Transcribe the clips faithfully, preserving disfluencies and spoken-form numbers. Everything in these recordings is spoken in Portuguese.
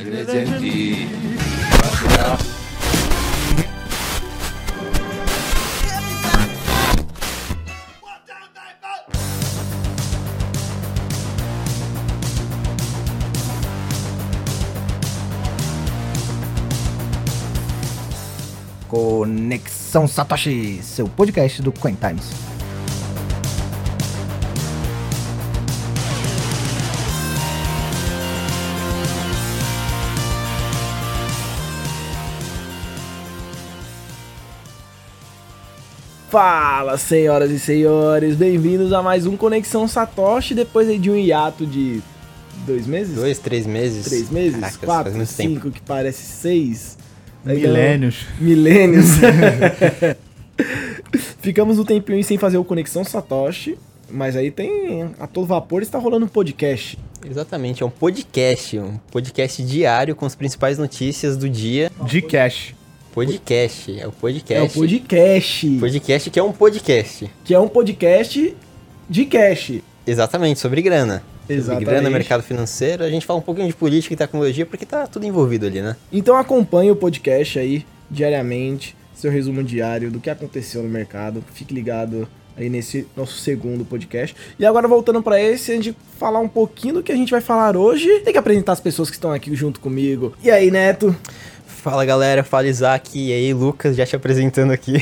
presenti. Conexão Satoshi, seu podcast do Coin Times. Fala, senhoras e senhores, bem-vindos a mais um Conexão Satoshi, depois aí de um hiato de dois meses? Dois, três meses. Três meses? Caraca, quatro, cinco, tempo. Que parece seis. Milênios. Milênios. Ficamos um tempinho sem fazer o Conexão Satoshi, mas aí tem, a todo vapor está rolando um podcast. Exatamente, é um podcast, um podcast diário com as principais notícias do dia. De cash. Podcast, é o podcast. É o podcast. Podcast que é um podcast. Que é um podcast de cash. Exatamente, sobre grana. Exatamente. Sobre grana, mercado financeiro, a gente fala um pouquinho de política e tecnologia porque tá tudo envolvido ali, né? Então acompanhe o podcast aí, diariamente, seu resumo diário do que aconteceu no mercado. Fique ligado aí nesse nosso segundo podcast. E agora voltando pra esse, a gente falar um pouquinho do que a gente vai falar hoje. Tem que apresentar as pessoas que estão aqui junto comigo. E aí, Neto? Fala, galera, fala Isaac, e aí, Lucas, já te apresentando aqui.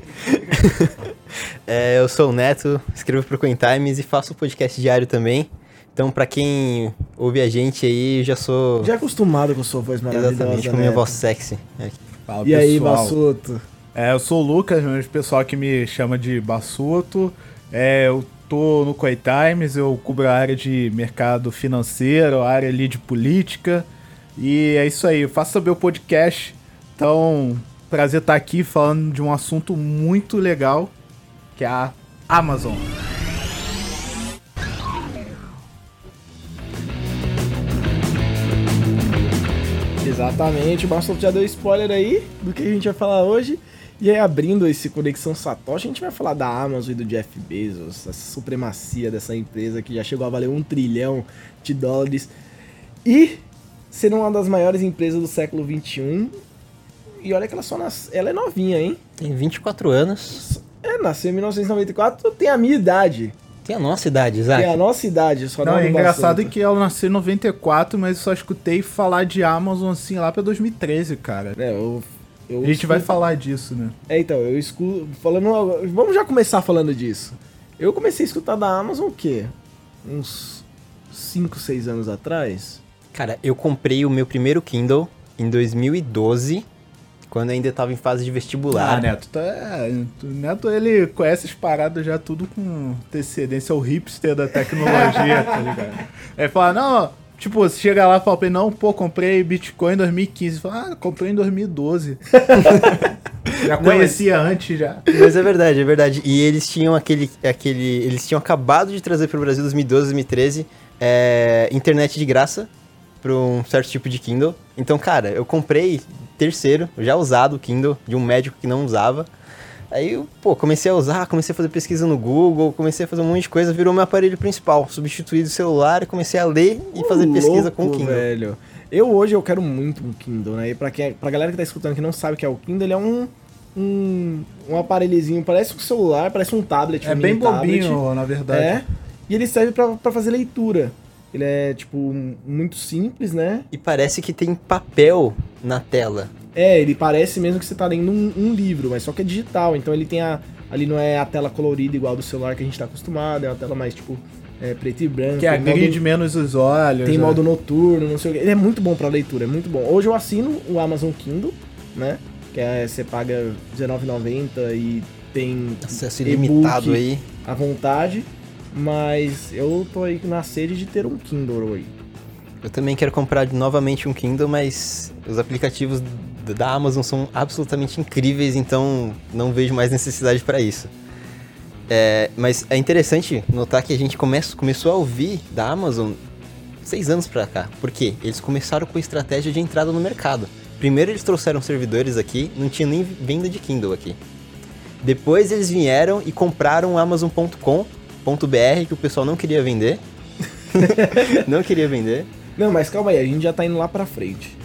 é, eu sou o Neto, escrevo pro Coin Times e faço podcast diário também. Então, pra quem ouve a gente aí, eu já sou... Já acostumado com sua voz maravilhosa, Exatamente, com minha voz sexy. É. Fala, e pessoal. aí, Bassuto? É, eu sou o Lucas, mas o pessoal que me chama de Bassuto. É, eu tô no Coin Times, eu cubro a área de mercado financeiro, a área ali de política. E é isso aí, eu faço saber o podcast. Então, prazer estar aqui falando de um assunto muito legal, que é a Amazon. Exatamente, o Bassuto já deu spoiler aí do que a gente vai falar hoje. E aí, abrindo esse Conexão Satoshi, a gente vai falar da Amazon e do Jeff Bezos, essa supremacia dessa empresa que já chegou a valer um trilhão de dólares. E ser uma das maiores empresas do século vinte e um. E olha que ela só nas... ela é novinha, hein? Tem vinte e quatro anos. É, nasceu em mil novecentos e noventa e quatro, tem a minha idade. Tem a nossa idade, Isaac. Tem a nossa idade, só não, não é engraçado Bassuto. que ela nasceu em noventa e quatro, mas eu só escutei falar de Amazon assim lá pra dois mil e treze, cara. É, eu... Eu a gente escuto... vai falar disso, né? É, então, eu escuto... Falando... Vamos já começar falando disso. Eu comecei a escutar da Amazon o quê? Uns cinco, seis anos atrás? Cara, eu comprei o meu primeiro Kindle em dois mil e doze, quando ainda tava em fase de vestibular. Ah, Neto, tá, o Neto, ele conhece as paradas já tudo com antecedência, é o hipster da tecnologia, tá ligado? Aí fala, não, tipo, você chega lá e fala pra ele, não, pô, comprei Bitcoin em dois mil e quinze. Fala, ah, comprei em dois mil e doze. Já conhecia não, mas, antes, já. Mas é verdade, é verdade. E eles tinham aquele, aquele, eles tinham acabado de trazer pro Brasil em dois mil e doze, dois mil e treze, é, internet de graça para um certo tipo de Kindle. Então, cara, eu comprei terceiro, já usado o Kindle, de um médico que não usava. Aí, eu, pô, comecei a usar, comecei a fazer pesquisa no Google, comecei a fazer um monte de coisa, virou meu aparelho principal. Substituí o celular e comecei a ler e uh, fazer pesquisa louco, com o Kindle. Velho. Eu hoje eu quero muito um Kindle, né? E pra, quem, pra galera que tá escutando que não sabe o que é o Kindle, ele é um, um, um aparelhozinho, parece um celular, parece um tablet. É um bem tablet, bobinho, na verdade. É, e ele serve pra, pra fazer leitura. Ele é, tipo, muito simples, né? E parece que tem papel na tela. É, ele parece mesmo que você tá lendo um, um livro, mas só que é digital. Então ele tem a... Ali não é a tela colorida igual do celular que a gente tá acostumado, é uma tela mais, tipo, é, preto e branco. Que agride menos os olhos. Tem é. modo noturno, não sei o que. Ele é muito bom pra leitura, é muito bom. Hoje eu assino o Amazon Kindle, né? Que é, você paga dezenove reais e noventa centavos e tem acesso ilimitado aí à vontade. Mas eu tô aí na sede de ter um Kindle hoje. Eu também quero comprar novamente um Kindle, mas os aplicativos da Amazon são absolutamente incríveis, então não vejo mais necessidade para isso. É, mas é interessante notar que a gente come- começou a ouvir da Amazon seis anos pra cá. Por quê? Eles começaram com a estratégia de entrada no mercado. Primeiro eles trouxeram servidores aqui, não tinha nem venda de Kindle aqui. Depois eles vieram e compraram o amazon ponto com ponto b r, que o pessoal não queria vender. Não queria vender. Não, mas calma aí, a gente já tá indo lá pra frente.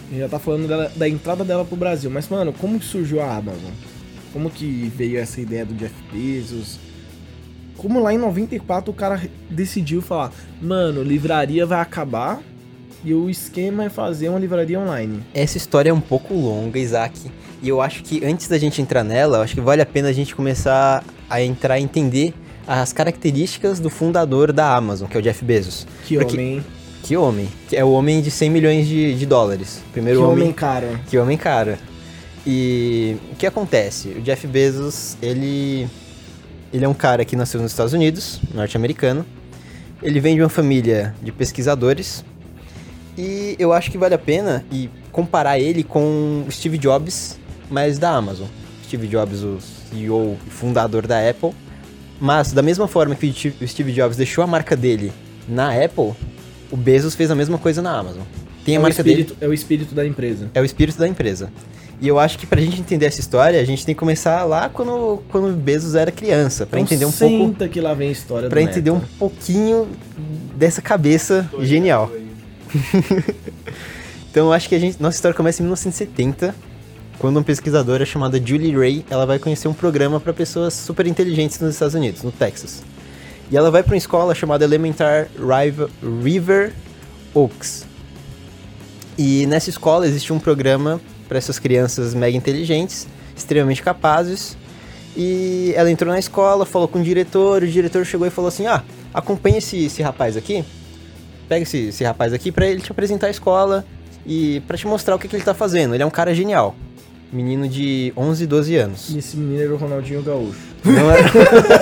A gente já tá falando dela, da entrada dela pro Brasil. Mas, mano, como que surgiu a Amazon? Como que veio essa ideia do Jeff Bezos? Como lá em noventa e quatro o cara decidiu falar, mano, livraria vai acabar e o esquema é fazer uma livraria online. Essa história é um pouco longa, Isaac. E eu acho que antes da gente entrar nela, eu acho que vale a pena a gente começar a entrar e entender as características do fundador da Amazon, que é o Jeff Bezos. Que Porque... homem... Que homem. Que é o homem de cem milhões de, de dólares. Primeiro que homem... homem cara. Que homem cara. E o que acontece? O Jeff Bezos, ele... Ele é um cara que nasceu nos Estados Unidos, norte-americano. Ele vem de uma família de pesquisadores. E eu acho que vale a pena e comparar ele com o Steve Jobs, mas da Amazon. Steve Jobs, o C E O e fundador da Apple. Mas, da mesma forma que o Steve Jobs deixou a marca dele na Apple, o Bezos fez a mesma coisa na Amazon. Tem a é marca o espírito, dele. É o espírito da empresa. É o espírito da empresa. E eu acho que pra gente entender essa história, a gente tem que começar lá quando, quando o Bezos era criança, pra então entender um senta pouco... que lá vem a história Pra do entender Neto. um pouquinho dessa cabeça Tô genial. aí. Então eu acho que a gente, nossa história começa em mil novecentos e setenta, quando uma pesquisadora chamada Julie Ray, ela vai conhecer um programa para pessoas super inteligentes nos Estados Unidos, no Texas. E ela vai para uma escola chamada Elementar River Oaks. E nessa escola existe um programa para essas crianças mega inteligentes, extremamente capazes. E ela entrou na escola, falou com o diretor, o diretor chegou e falou assim, ah, acompanha esse, esse rapaz aqui, pega esse, esse rapaz aqui para ele te apresentar a escola e para te mostrar o que, que ele tá fazendo. Ele é um cara genial, menino de onze, doze anos. E esse menino era o Ronaldinho Gaúcho. Não era...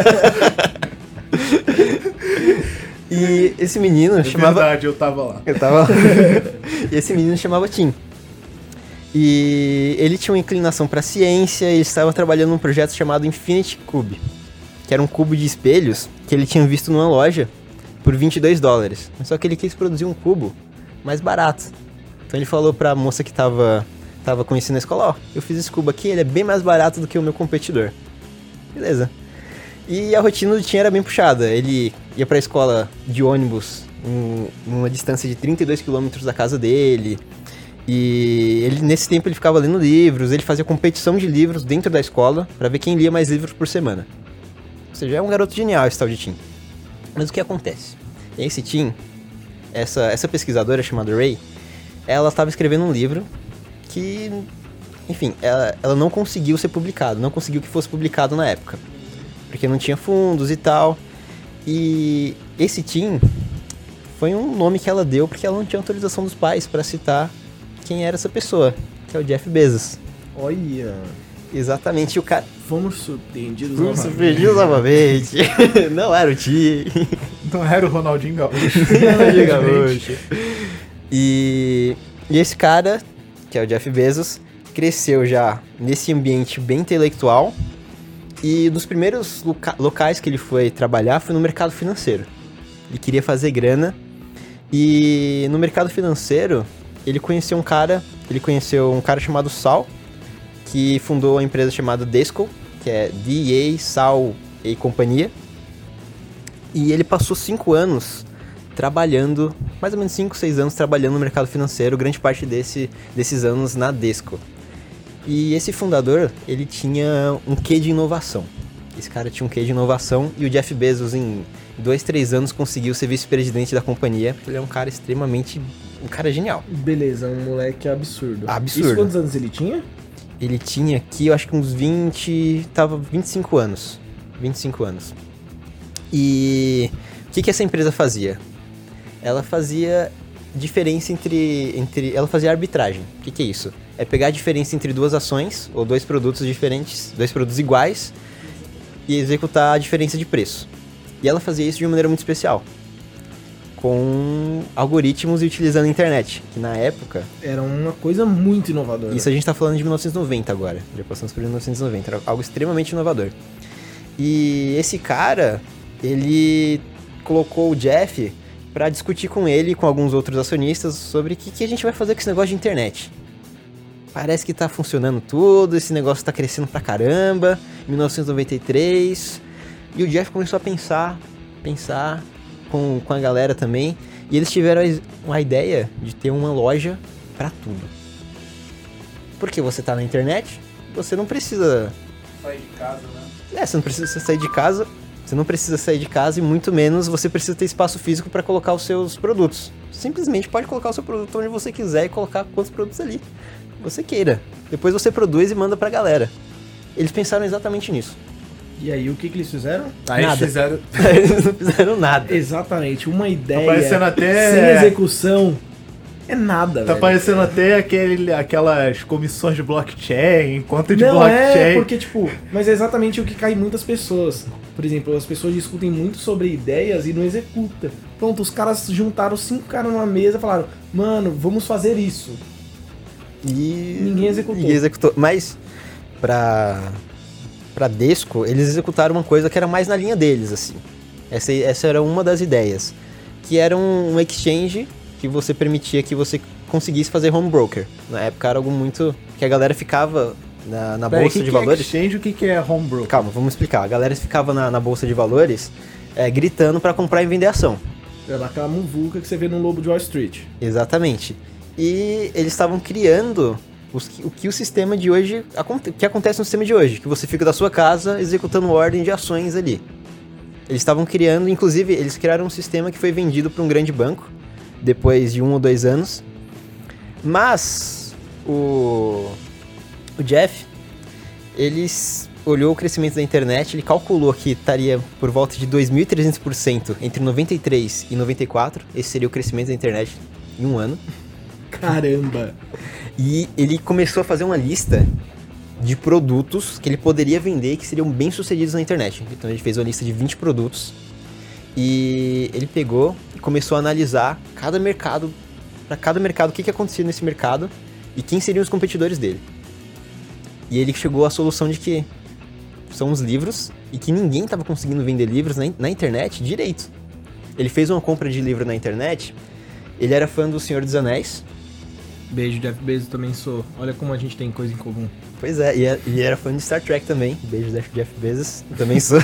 E esse menino É chamava... verdade, eu tava lá. Eu tava lá. E esse menino chamava Tim. E ele tinha uma inclinação para ciência e ele estava trabalhando num projeto chamado Infinity Cube, que era um cubo de espelhos que ele tinha visto numa loja por vinte e dois dólares. Só que ele quis produzir um cubo mais barato. Então ele falou pra moça que tava, tava conhecendo a escola, ó, eu fiz esse cubo aqui, ele é bem mais barato do que o meu competidor. Beleza. E a rotina do Tim era bem puxada. Ele ia pra escola de ônibus em uma distância de trinta e dois quilômetros da casa dele. E ele, nesse tempo ele ficava lendo livros, ele fazia competição de livros dentro da escola pra ver quem lia mais livros por semana. Ou seja, é um garoto genial esse tal de Tim. Mas o que acontece? Esse Tim, essa, essa pesquisadora chamada Ray, ela estava escrevendo um livro que, enfim, ela, ela não conseguiu ser publicado, não conseguiu que fosse publicado na época. Porque não tinha fundos e tal. E esse Tim foi um nome que ela deu porque ela não tinha autorização dos pais para citar quem era essa pessoa, que é o Jeff Bezos. Olha, Exatamente, o cara... fomos surpreendidos. Fomos novamente. surpreendidos novamente. Não era o Tim. Não era o Ronaldinho Gaúcho. Ronaldinho Gaúcho. E, e esse cara, que é o Jeff Bezos, cresceu já nesse ambiente bem intelectual. E dos primeiros loca- locais que ele foi trabalhar foi no mercado financeiro. Ele queria fazer grana. E no mercado financeiro, ele conheceu um cara, ele conheceu um cara chamado Sal, que fundou a empresa chamada Desco, que é D A Sal e Companhia. E ele passou cinco anos trabalhando, mais ou menos cinco, seis anos trabalhando no mercado financeiro, grande parte desse, desses anos na Desco. E esse fundador, ele tinha um quê de inovação. Esse cara tinha um quê de inovação e o Jeff Bezos, em dois, três anos, conseguiu ser vice-presidente da companhia. Ele é um cara extremamente... um cara genial. Beleza, um moleque absurdo. Absurdo. Isso quantos anos ele tinha? Ele tinha aqui, eu acho que uns vinte... tava vinte e cinco anos. vinte e cinco anos. E o que, que essa empresa fazia? Ela fazia diferença entre... entre ela fazia arbitragem. O que, que é isso? É pegar a diferença entre duas ações, ou dois produtos diferentes, dois produtos iguais, e executar a diferença de preço. E ela fazia isso de uma maneira muito especial, com algoritmos e utilizando a internet, que na época... Era uma coisa muito inovadora. Isso a gente tá falando de mil novecentos e noventa agora, já passamos por mil novecentos e noventa, era algo extremamente inovador. E esse cara, ele colocou o Jeff para discutir com ele e com alguns outros acionistas sobre o que, que a gente vai fazer com esse negócio de internet. Parece que tá funcionando tudo, esse negócio tá crescendo pra caramba, mil novecentos e noventa e três, e o Jeff começou a pensar, pensar com, com a galera também, e eles tiveram a ideia de ter uma loja pra tudo. Porque você tá na internet, você não precisa... Sair de casa, né? É, você não precisa sair de casa, você não precisa sair de casa e muito menos você precisa ter espaço físico para colocar os seus produtos. Simplesmente pode colocar o seu produto onde você quiser e colocar quantos produtos ali você queira. Depois você produz e manda pra galera. Eles pensaram exatamente nisso. E aí, o que, que eles fizeram? Aí Nada. eles fizeram... Eles não fizeram nada. Exatamente, uma ideia Tá parecendo até- sem execução é nada, Tá velho. parecendo até aquele, aquelas comissões de blockchain, conta de Não, blockchain. é, porque, tipo, mas é exatamente o que cai em muitas pessoas. Por exemplo, as pessoas discutem muito sobre ideias e não executam. Pronto, os caras juntaram cinco caras numa mesa e falaram, mano, vamos fazer isso. E Ninguém executou. Ninguém executou. Mas pra para Desco, eles executaram uma coisa que era mais na linha deles, assim. Essa, essa era uma das ideias, que era um, um exchange que você permitia que você conseguisse fazer home broker. Na época era algo muito que a galera ficava na, na Peraí, bolsa que de que valores. É exchange, o que, que é homebrew? Calma, vamos explicar. A galera ficava na, na bolsa de valores é, gritando para comprar e vender ação. É aquela muvuca que você vê no Lobo de Wall Street. Exatamente. E eles estavam criando os, o que o sistema de hoje... O que acontece no sistema de hoje, que você fica da sua casa executando ordem de ações ali. Eles estavam criando, inclusive, eles criaram um sistema que foi vendido para um grande banco, depois de um ou dois anos. Mas o, o Jeff, ele olhou o crescimento da internet, ele calculou que estaria por volta de dois mil e trezentos por cento entre noventa e três e noventa e quatro. Esse seria o crescimento da internet em um ano. Caramba! E ele começou a fazer uma lista de produtos que ele poderia vender que seriam bem sucedidos na internet. Então ele fez uma lista de vinte produtos e ele pegou e começou a analisar cada mercado, para cada mercado, o que, que acontecia nesse mercado e quem seriam os competidores dele. E ele chegou à solução de que são os livros e que ninguém estava conseguindo vender livros na, na internet direito. Ele fez uma compra de livro na internet, ele era fã do Senhor dos Anéis. Beijo, Jeff Bezos, também sou. Olha como a gente tem coisa em comum. Pois é, e é- e era fã de Star Trek também. Beijo, Jeff Bezos, eu também sou.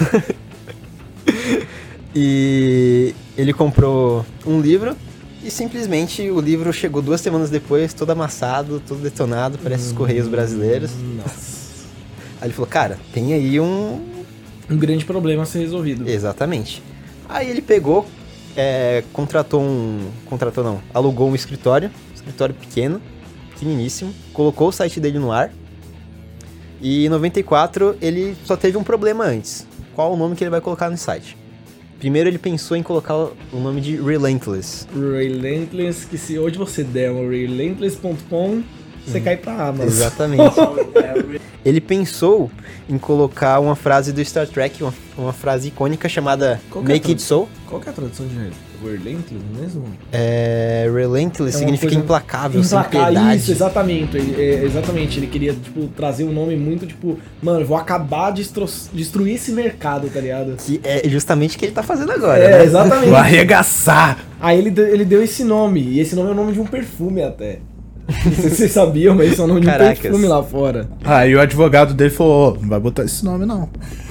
E ele comprou um livro e simplesmente o livro chegou duas semanas depois, todo amassado, todo detonado, parece os Correios brasileiros. Nossa. Aí ele falou, cara, tem aí um... Um grande problema a ser resolvido. Exatamente. Aí ele pegou, é, contratou um... Contratou não, alugou um escritório, um escritório pequeno, pequeniníssimo, colocou o site dele no ar. E em noventa e quatro ele só teve um problema antes. Qual o nome que ele vai colocar no site? Primeiro ele pensou em colocar o nome de Relentless. Relentless, que se hoje você der um relentless ponto com, você cai pra Amazon. Exatamente. Ele pensou em colocar uma frase do Star Trek, uma, uma frase icônica chamada Qual que é Make a It So. Qual que é a tradução de relentless mesmo? É, Relentless É uma significa coisa- implacável, sem Emplacar piedade. isso, exatamente. Ele, é, exatamente. Ele queria, tipo, trazer um nome muito, tipo, mano, eu vou acabar de destro- destruir esse mercado, tá ligado? Que é justamente o que ele tá fazendo agora, É, né? exatamente. Vou arregaçar! Aí ele, deu- ele deu esse nome, e esse nome é o nome de um perfume até. Não sei se vocês sabiam, mas esse é o nome de um Caracas. perfume lá fora. Aí o advogado dele falou, "Ô, não vai botar esse nome não."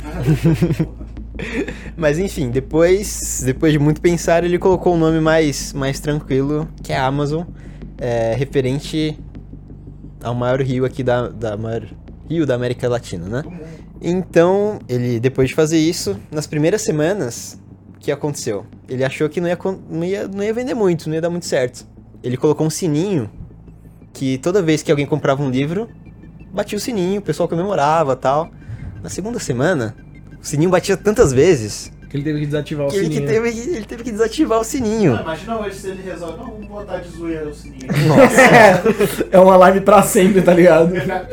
Mas enfim, depois, depois de muito pensar, ele colocou um nome mais, mais tranquilo, que é Amazon, é, referente ao maior rio aqui da, da maior rio da América Latina, né? Então, ele, depois de fazer isso, nas primeiras semanas, o que aconteceu? Ele achou que não ia, con- não ia, não ia vender muito, não ia dar muito certo. Ele colocou um sininho, que toda vez que alguém comprava um livro, batia o sininho, o pessoal comemorava e tal. Na segunda semana, o sininho batia tantas vezes Que ele teve que desativar o que ele, que sininho. teve, que- ele teve que desativar o sininho. Imagina hoje se ele resolve, não, vamos botar de zoeira o sininho. É uma live pra sempre, tá ligado?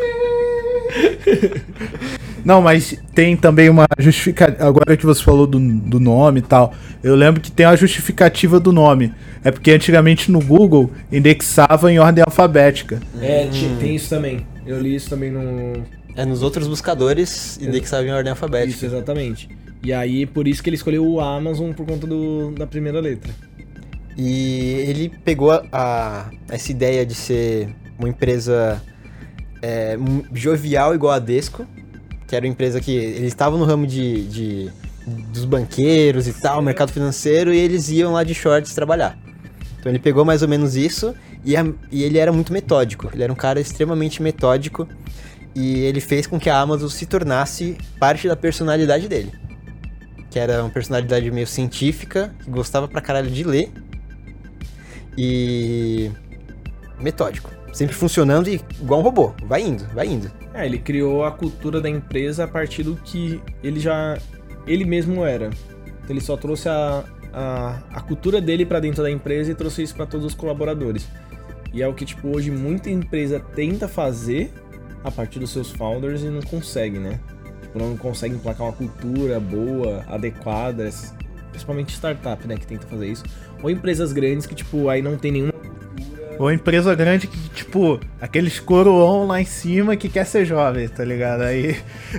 Não, mas tem também uma justificativa. Agora que você falou do, do nome e tal, eu lembro que tem a justificativa do nome. É porque antigamente no Google indexava em ordem alfabética. É, ti- tem isso também. Eu li isso também no... É nos outros buscadores indexava em ordem Isso, alfabética. exatamente. E aí, por isso que ele escolheu o Amazon por conta do, da primeira letra. E ele pegou a, a- essa ideia de ser uma empresa é, m- jovial igual a Desco, que era uma empresa que eles estavam no ramo de, de- dos banqueiros e tal, mercado financeiro, e eles iam lá de shorts trabalhar. Então ele pegou mais ou menos isso E, a, e ele era muito metódico, ele era um cara extremamente metódico e ele fez com que a Amazon se tornasse parte da personalidade dele. Que era uma personalidade meio científica, que gostava pra caralho de ler e metódico. Sempre funcionando e igual um robô, vai indo, vai indo. É, ele criou a cultura da empresa a partir do que ele já, ele mesmo era. Então ele só trouxe a, a, a cultura dele pra dentro da empresa e trouxe isso pra todos os colaboradores. E é o que, tipo, hoje muita empresa tenta fazer a partir dos seus founders e não consegue, né? Não consegue emplacar uma cultura boa, adequada, principalmente startup, né, que tenta fazer isso. Ou empresas grandes que, tipo, aí não tem nenhuma cultura. Ou empresa grande que, tipo, aqueles coroão lá em cima que quer ser jovem, tá ligado? Aí,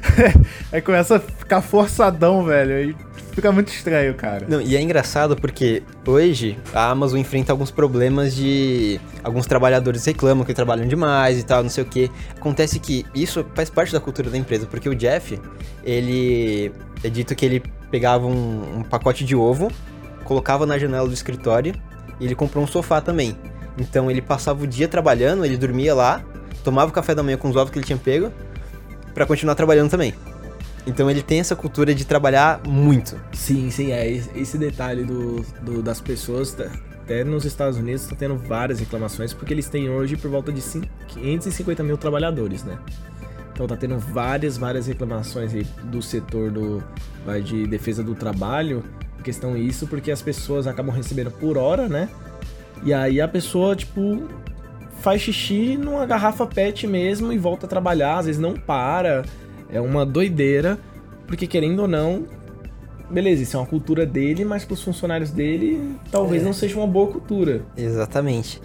aí começa a ficar forçadão, velho, aí fica muito estranho, cara. Não, e é engraçado porque hoje a Amazon enfrenta alguns problemas de... Alguns trabalhadores reclamam que trabalham demais e tal, não sei o que. Acontece que isso faz parte da cultura da empresa, porque o Jeff, ele... É dito que ele pegava um, um pacote de ovo, colocava na janela do escritório e ele comprou um sofá também. Então ele passava o dia trabalhando, ele dormia lá, tomava o café da manhã com os ovos que ele tinha pego pra continuar trabalhando também. Então ele tem essa cultura de trabalhar muito. Sim, sim, é. Esse detalhe do, do, das pessoas, até nos Estados Unidos, tá tendo várias reclamações, porque eles têm hoje por volta de quinhentos e cinquenta mil trabalhadores, né? Então tá tendo várias, várias reclamações aí do setor do, vai, de defesa do trabalho, em questão isso, porque as pessoas acabam recebendo por hora, né? E aí a pessoa, tipo, faz xixi numa garrafa pet mesmo e volta a trabalhar, às vezes não para. É uma doideira, porque querendo ou não, beleza, isso é uma cultura dele, mas para os funcionários dele, talvez é. não seja uma boa cultura. Exatamente.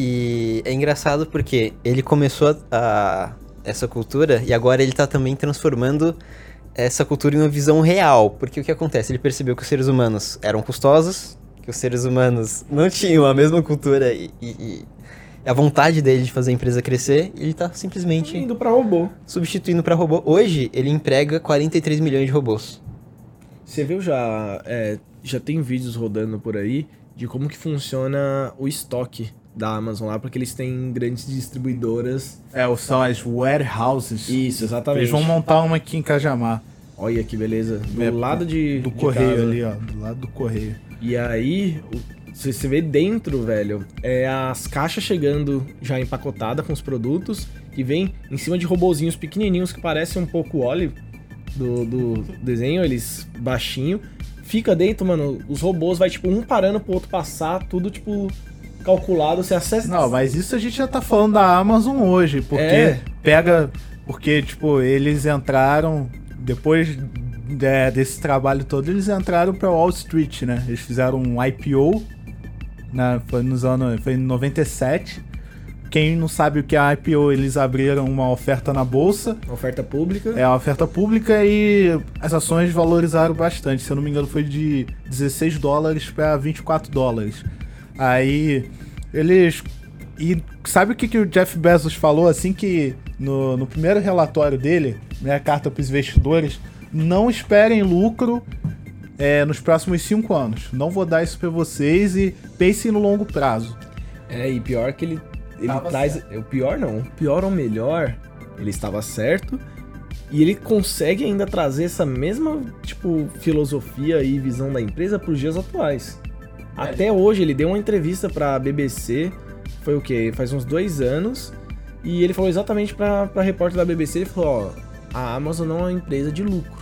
E é engraçado porque ele começou a, a, essa cultura e agora ele tá também transformando essa cultura em uma visão real. Porque o que acontece? Ele percebeu que os seres humanos eram custosos, que os seres humanos não tinham a mesma cultura e... e, e a vontade dele de fazer a empresa crescer, ele tá simplesmente... Indo pra robô. Substituindo pra robô. Hoje, ele emprega quarenta e três milhões de robôs. Você viu já... É, já tem vídeos rodando por aí de como que funciona o estoque da Amazon lá, porque eles têm grandes distribuidoras. É, são as warehouses. Isso, exatamente. Eles vão montar uma aqui em Cajamar. Olha que beleza. Do é, lado de Do de correio casa. ali, ó. Do lado do correio. E aí... Se você vê dentro, velho, é as caixas chegando já empacotadas com os produtos, que vem em cima de robozinhos pequenininhos que parecem um pouco o Oli do, do desenho, eles baixinho. Fica dentro, mano, os robôs vai, tipo, um parando pro outro passar, tudo, tipo, calculado, você acessa... Não, mas isso a gente já tá falando da Amazon hoje, porque É. pega... Porque, tipo, eles entraram, depois de, desse trabalho todo, eles entraram pra Wall Street, né? Eles fizeram um I P O... Na, foi nos anos, foi em noventa e sete. Quem não sabe o que é a I P O, eles abriram uma oferta na bolsa. Oferta pública. É, uma oferta pública e as ações valorizaram bastante. Se eu não me engano, foi de dezesseis dólares para vinte e quatro dólares. Aí, eles... E sabe o que, que o Jeff Bezos falou assim que no, no primeiro relatório dele, né, carta para os investidores, não esperem lucro... É, nos próximos cinco anos. Não vou dar isso pra vocês e pensem no longo prazo. É, e pior que ele, ele Tava traz... certo. O pior não, o pior ou melhor, ele estava certo e ele consegue ainda trazer essa mesma, tipo, filosofia e visão da empresa pros dias atuais. É. Até hoje, ele deu uma entrevista pra B B C, foi o quê? Faz uns dois anos, e ele falou exatamente pra, pra repórter da B B C, ele falou, ó, a Amazon não é uma empresa de lucro.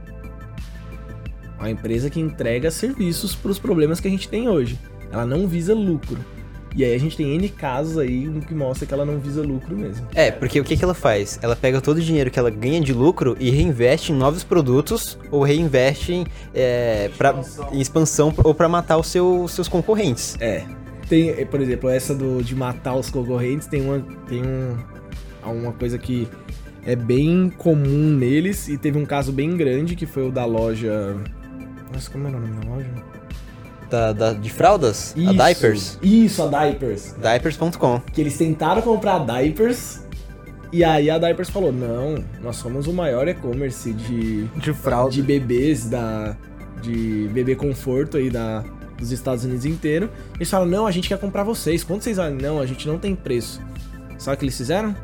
Uma empresa que entrega serviços para os problemas que a gente tem hoje. Ela não visa lucro. E aí a gente tem N casos aí que mostra que ela não visa lucro mesmo. É, porque o que, que ela faz? Ela pega todo o dinheiro que ela ganha de lucro e reinveste em novos produtos ou reinveste em, é, pra, em expansão ou para matar os seu, seus concorrentes. É. Tem, por exemplo, essa do, de matar os concorrentes, tem, uma, tem um, uma coisa que é bem comum neles e teve um caso bem grande que foi o da loja... Nossa, como era o nome da loja? Da, da, de fraldas? Isso, a Diapers? Isso, a Diapers. Diapers ponto com. Que eles tentaram comprar a Diapers e aí a Diapers falou, não, nós somos o maior e-commerce de, De fralda. de bebês, da, de bebê conforto aí da, dos Estados Unidos inteiro. Eles falaram, não, a gente quer comprar vocês. Quanto vocês valem? Não, a gente não tem preço. Sabe o que eles fizeram?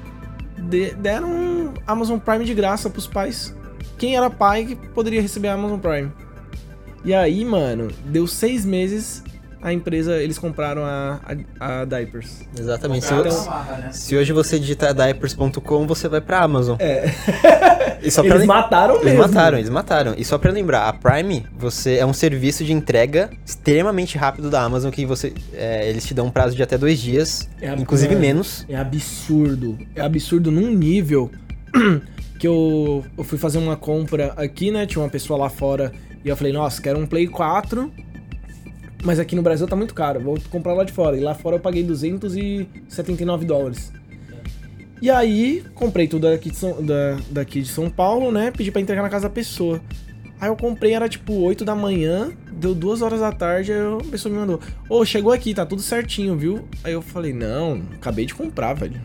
De- deram um Amazon Prime de graça pros pais. Quem era pai que poderia receber a Amazon Prime? E aí, mano, deu seis meses, a empresa, eles compraram a, a, a Diapers. Exatamente. Se, Então, se hoje você digitar diapers ponto com, você vai pra Amazon. É. E só pra Eles lem- mataram Eles mesmo. mataram, eles mataram. E só pra lembrar, a Prime, você é um serviço de entrega extremamente rápido da Amazon, que você, é, eles te dão um prazo de até dois dias, É, inclusive mano, menos. É absurdo. É absurdo num nível que eu, eu fui fazer uma compra aqui, né? Tinha uma pessoa lá fora e eu falei, nossa, quero um Play quatro, mas aqui no Brasil tá muito caro, vou comprar lá de fora. E lá fora eu paguei duzentos e setenta e nove dólares. E aí, comprei tudo daqui de São, da, daqui de São Paulo, né? Pedi pra entregar na casa da pessoa. Aí eu comprei, era tipo oito da manhã, deu duas horas da tarde, aí a pessoa me mandou, ô, chegou aqui, tá tudo certinho, viu? Aí eu falei, não, acabei de comprar, velho.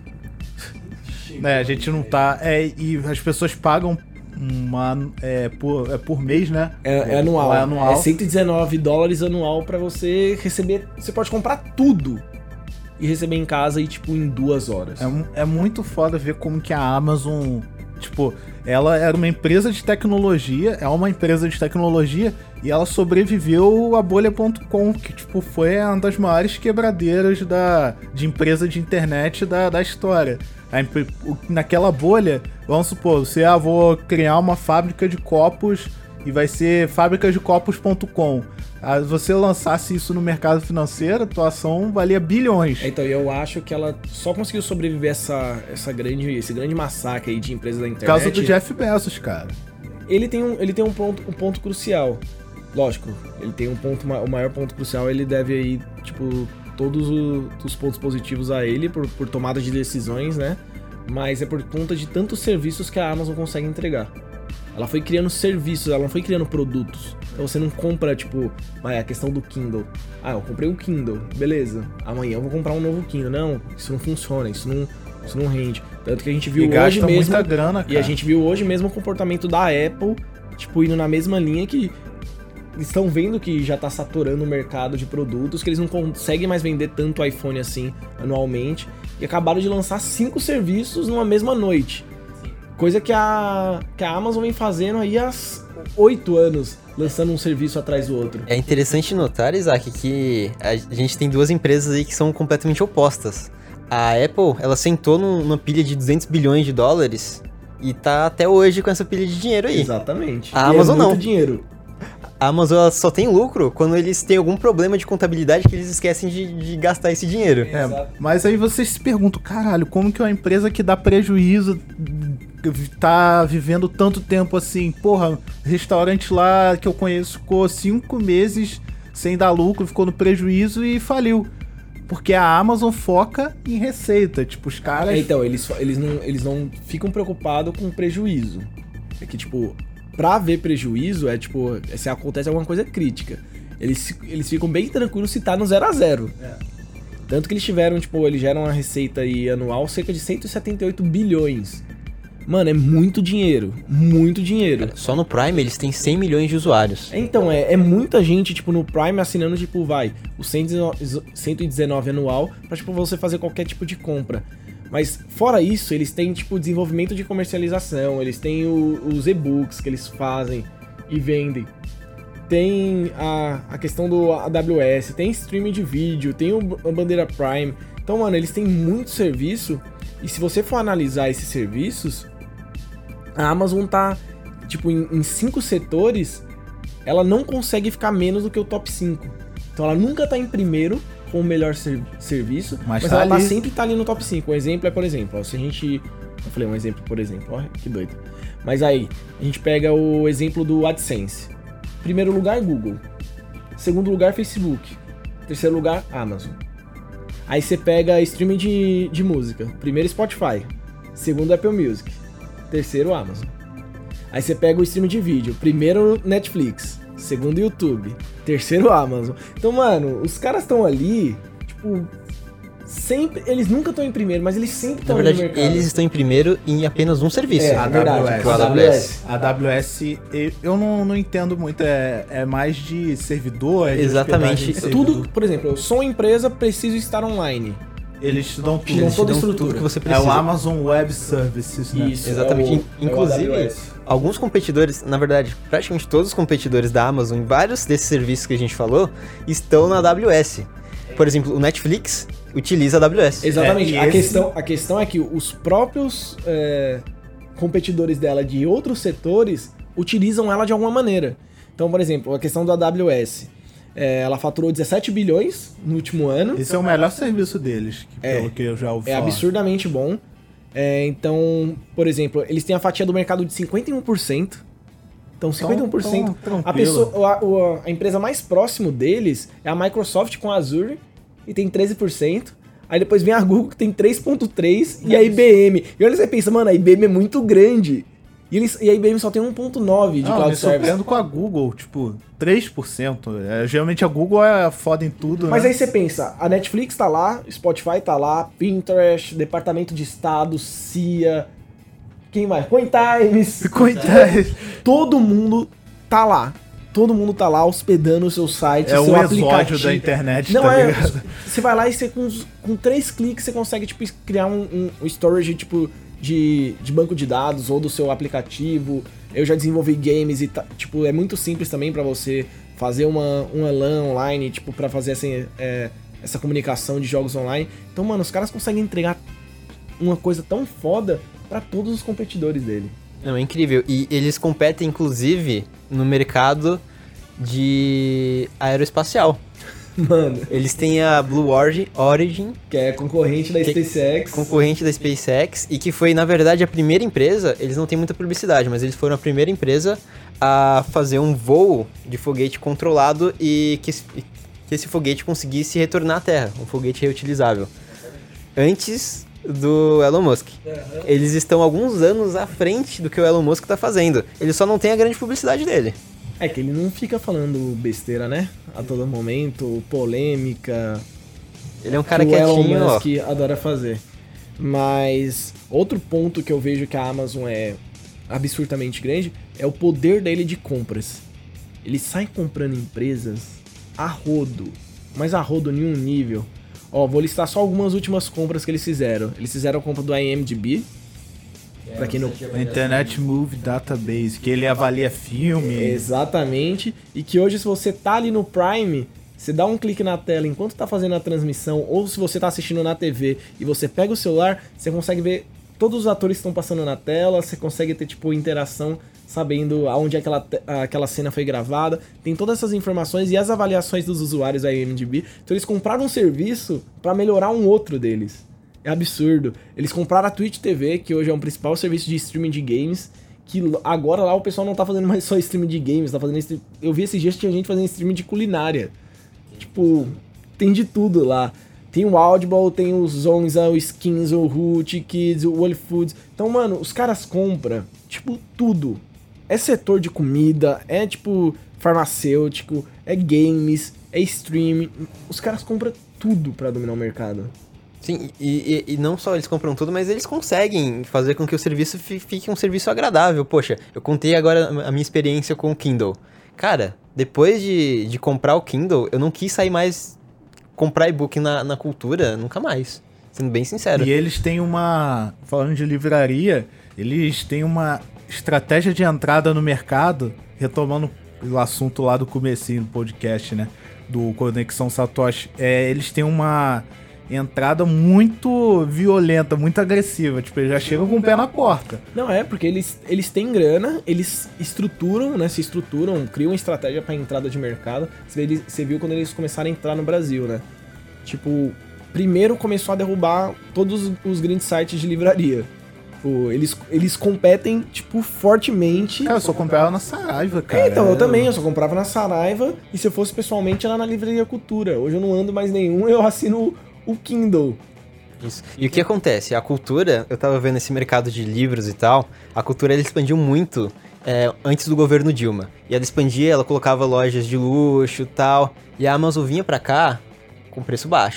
É, a gente não tá... É, e as pessoas pagam uma, é, por, é por mês, né? É, é anual. É anual. É cento e dezenove dólares anual pra você receber. Você pode comprar tudo e receber em casa e, tipo, em duas horas. É, mu- é muito foda ver como que a Amazon, tipo, ela era uma empresa de tecnologia, é uma empresa de tecnologia e ela sobreviveu a bolha ponto com, que, tipo, foi uma das maiores quebradeiras da, de empresa de internet da, da história. A empre- o- naquela bolha, vamos supor, você, ah, vou criar uma fábrica de copos e vai ser fábricas de copos ponto com. Ah, se você lançasse isso no mercado financeiro, a tua ação valia bilhões. Então, eu acho que ela só conseguiu sobreviver essa, essa grande, esse grande massacre aí de empresas da Por internet. causa do Jeff Bezos, cara. Ele tem um, ele tem um, ponto, um ponto crucial. Lógico, ele tem um ponto, o maior ponto crucial, ele deve aí, tipo, todos o- os pontos positivos a ele por, por tomada de decisões, né? Mas é por conta de tantos serviços que a Amazon consegue entregar. Ela foi criando serviços, ela não foi criando produtos. Então você não compra, tipo, vai, a questão do Kindle. Ah, eu comprei um Kindle, beleza. Amanhã eu vou comprar um novo Kindle. Não, isso não funciona, isso não, isso não rende. Tanto que a gente viu E hoje gasta mesmo. muita grana, cara. E a gente viu hoje mesmo o comportamento da Apple, tipo, indo na mesma linha que estão vendo que já tá saturando o mercado de produtos, que eles não conseguem mais vender tanto iPhone assim anualmente, e acabaram de lançar cinco serviços numa mesma noite. Coisa que a, que a Amazon vem fazendo aí há oito anos, lançando um serviço atrás do outro. É interessante notar, Isaac, que a gente tem duas empresas aí que são completamente opostas. A Apple, ela sentou num- numa pilha de duzentos bilhões de dólares e tá até hoje com essa pilha de dinheiro aí. Exatamente. A E Amazon é muito não. dinheiro. A Amazon ela só tem lucro quando eles têm algum problema de contabilidade que eles esquecem de, de gastar esse dinheiro. É, mas aí vocês se perguntam, caralho, como que uma empresa que dá prejuízo tá vivendo tanto tempo assim? Porra, restaurante lá que eu conheço ficou cinco meses sem dar lucro, ficou no prejuízo e faliu. Porque a Amazon foca em receita. Tipo, os caras... É, então, eles, eles, não, eles não ficam preocupados com prejuízo. É que, tipo, pra ver prejuízo, é tipo, se acontece alguma coisa crítica. Eles, eles ficam bem tranquilos se tá no zero a zero. É. Tanto que eles tiveram, tipo, eles geram uma receita aí anual cerca de cento e setenta e oito bilhões. Mano, é muito dinheiro. Muito dinheiro. Só no Prime eles têm cem milhões de usuários. Então, é, é muita gente, tipo, no Prime assinando, tipo, vai, o cento e dezenove anual pra, tipo, você fazer qualquer tipo de compra. Mas, fora isso, eles têm, tipo, desenvolvimento de comercialização, eles têm o- os e-books que eles fazem e vendem. Tem a, a questão do A W S, tem streaming de vídeo, tem o, a bandeira Prime. Então, mano, eles têm muito serviço. E se você for analisar esses serviços, a Amazon tá, tipo, em, em cinco setores, ela não consegue ficar menos do que o top cinco. Então ela nunca tá em primeiro com o melhor ser- serviço, Mas mas, tá ela tá ali. sempre tá ali no top cinco. Um exemplo é, por exemplo, ó, se a gente... Eu falei um exemplo, por exemplo, ó, que doido. Mas aí, a gente pega o exemplo do AdSense. Primeiro lugar, Google. Segundo lugar, Facebook. Terceiro lugar, Amazon. Aí você pega streaming de, de música. Primeiro, Spotify. Segundo, Apple Music. Terceiro, Amazon. Aí você pega o streaming de vídeo. Primeiro, Netflix. Segundo, YouTube. Terceiro, Amazon. Então, mano, os caras estão ali, tipo, sempre, eles nunca estão em primeiro, mas eles sempre Na estão no verdade, mercado. eles estão em primeiro em apenas um serviço. É, A verdade, AWS. que é o A W S. A AWS, eu- eu não, não entendo muito, é, é mais de servidor, é de Exatamente. hospedagem de servidor. Tudo, por exemplo, eu sou uma empresa, preciso estar online. Eles te dão tudo. Te dão toda a Então, estrutura. tudo que você É precisa. o Amazon Web Services, né? Isso, Exatamente. é o- In- é o Inclusive, A W S. alguns competidores, na verdade, praticamente todos os competidores da Amazon, em vários desses serviços que a gente falou, estão na A W S. Por exemplo, o Netflix utiliza a AWS. Exatamente. É, e a, esse- questão, a questão é que os próprios é, competidores dela de outros setores utilizam ela de alguma maneira. Então, por exemplo, a questão do A W S. É, ela faturou dezessete bilhões no último ano. Esse é o melhor serviço deles, que- É. pelo que eu já ouvi É falar. absurdamente bom. É, então, por exemplo, eles têm a fatia do mercado de cinquenta e um por cento. Então, cinquenta e um por cento. tão A, tranquilo. pessoa, a, o- a empresa mais próximo deles é a Microsoft com a Azure e tem treze por cento. Aí depois vem a Google que tem três vírgula três por cento e a I B M. E olha, você pensa, mano, a I B M é muito grande. E, eles, e a I B M só tem um vírgula nove por cento de Não, cloud me service. surpreendo com a Google, tipo, três por cento. É, geralmente a Google é foda em tudo, Mas né? aí você pensa, a Netflix tá lá, Spotify tá lá, Pinterest, Departamento de Estado, C I A, quem mais? Cointimes. Coitado. Todo mundo tá lá. Todo mundo tá lá hospedando o seu site, É seu o exódio aplicativo. da internet, Não tá é. ligado? Você vai lá e você com, com três cliques você consegue tipo criar um, um, um storage tipo de, de banco de dados ou do seu aplicativo. Eu já desenvolvi games e tá, tipo é muito simples também pra você fazer uma uma LAN online, tipo para fazer essa é, essa comunicação de jogos online. Então, mano, os caras conseguem entregar uma coisa tão foda pra todos os competidores dele. Não, é incrível. E eles competem, inclusive, no mercado de aeroespacial. Mano, Eles têm a Blue Origin, Origin que é concorrente da Que- SpaceX. concorrente da SpaceX, e que foi, na verdade, a primeira empresa, eles não têm muita publicidade, mas eles foram a primeira empresa a fazer um voo de foguete controlado e que, esse- que esse foguete conseguisse retornar à Terra, um foguete reutilizável. Antes do Elon Musk. Eles estão alguns anos à frente do que o Elon Musk está fazendo. Ele só não tem a grande publicidade dele. É que ele não fica falando besteira, né? A todo momento, polêmica. Ele é um cara que o Elon quietinho, ó. Musk adora fazer. Mas outro ponto que eu vejo que a Amazon é absurdamente grande é o poder dele de compras. Ele sai comprando empresas a rodo, mas a rodo em um nível. Ó, vou listar só algumas últimas compras que eles fizeram. Eles fizeram a compra do I M D B. Pra quem não... Internet Movie Database, que ele avalia filme. Exatamente. E que hoje, se você tá ali no Prime, você dá um clique na tela enquanto tá fazendo a transmissão, ou se você tá assistindo na T V e você pega o celular, você consegue ver todos os atores que estão passando na tela, você consegue ter, tipo, interação sabendo aonde aquela, te- aquela cena foi gravada. Tem todas essas informações e as avaliações dos usuários da I M D B. Então eles compraram um serviço pra melhorar um outro deles. É absurdo. Eles compraram a Twitch T V, que hoje é um principal serviço de streaming de games, que l- agora lá o pessoal não tá fazendo mais só streaming de games, tá fazendo stream... Eu vi esses dias que tinha gente fazendo streaming de culinária. Tipo, tem de tudo lá. Tem o Audible, tem o Zonza, o Skins, o Root Kids, o Whole Foods. Então, mano, os caras compram, tipo, tudo. É setor de comida, é, tipo, farmacêutico, é games, é streaming. Os caras compram tudo pra dominar o mercado. Sim, e, e, e não só eles compram tudo, mas eles conseguem fazer com que o serviço fi- fique um serviço agradável. Poxa, eu contei agora a minha experiência com o Kindle. Cara, depois de, de comprar o Kindle, eu não quis sair mais comprar e-book na, na cultura, nunca mais. Sendo bem sincero. E eles têm uma... Falando de livraria, eles têm uma estratégia de entrada no mercado, retomando o assunto lá do comecinho do podcast, né? Do Conexão Satoshi. É, eles têm uma entrada muito violenta, muito agressiva. Tipo, eles já chegam com o pé na porta. Não, é, porque eles, eles têm grana, eles estruturam, né? Se estruturam, criam uma estratégia pra entrada de mercado. Você, vê- você viu quando eles começaram a entrar no Brasil, né? Tipo, primeiro começou a derrubar todos os grandes sites de livraria. Tipo, eles, eles competem, tipo, fortemente. Cara, eu só comprava na Saraiva, cara. É, então, eu também, eu só comprava na Saraiva e se eu fosse pessoalmente era na Livraria Cultura. Hoje eu não ando mais nenhum, eu assino o Kindle. Isso. E o que acontece? A cultura, eu tava vendo esse mercado de livros e tal, a cultura ela expandiu muito é, antes do governo Dilma. E ela expandia, ela colocava lojas de luxo e tal, e a Amazon vinha pra cá com preço baixo.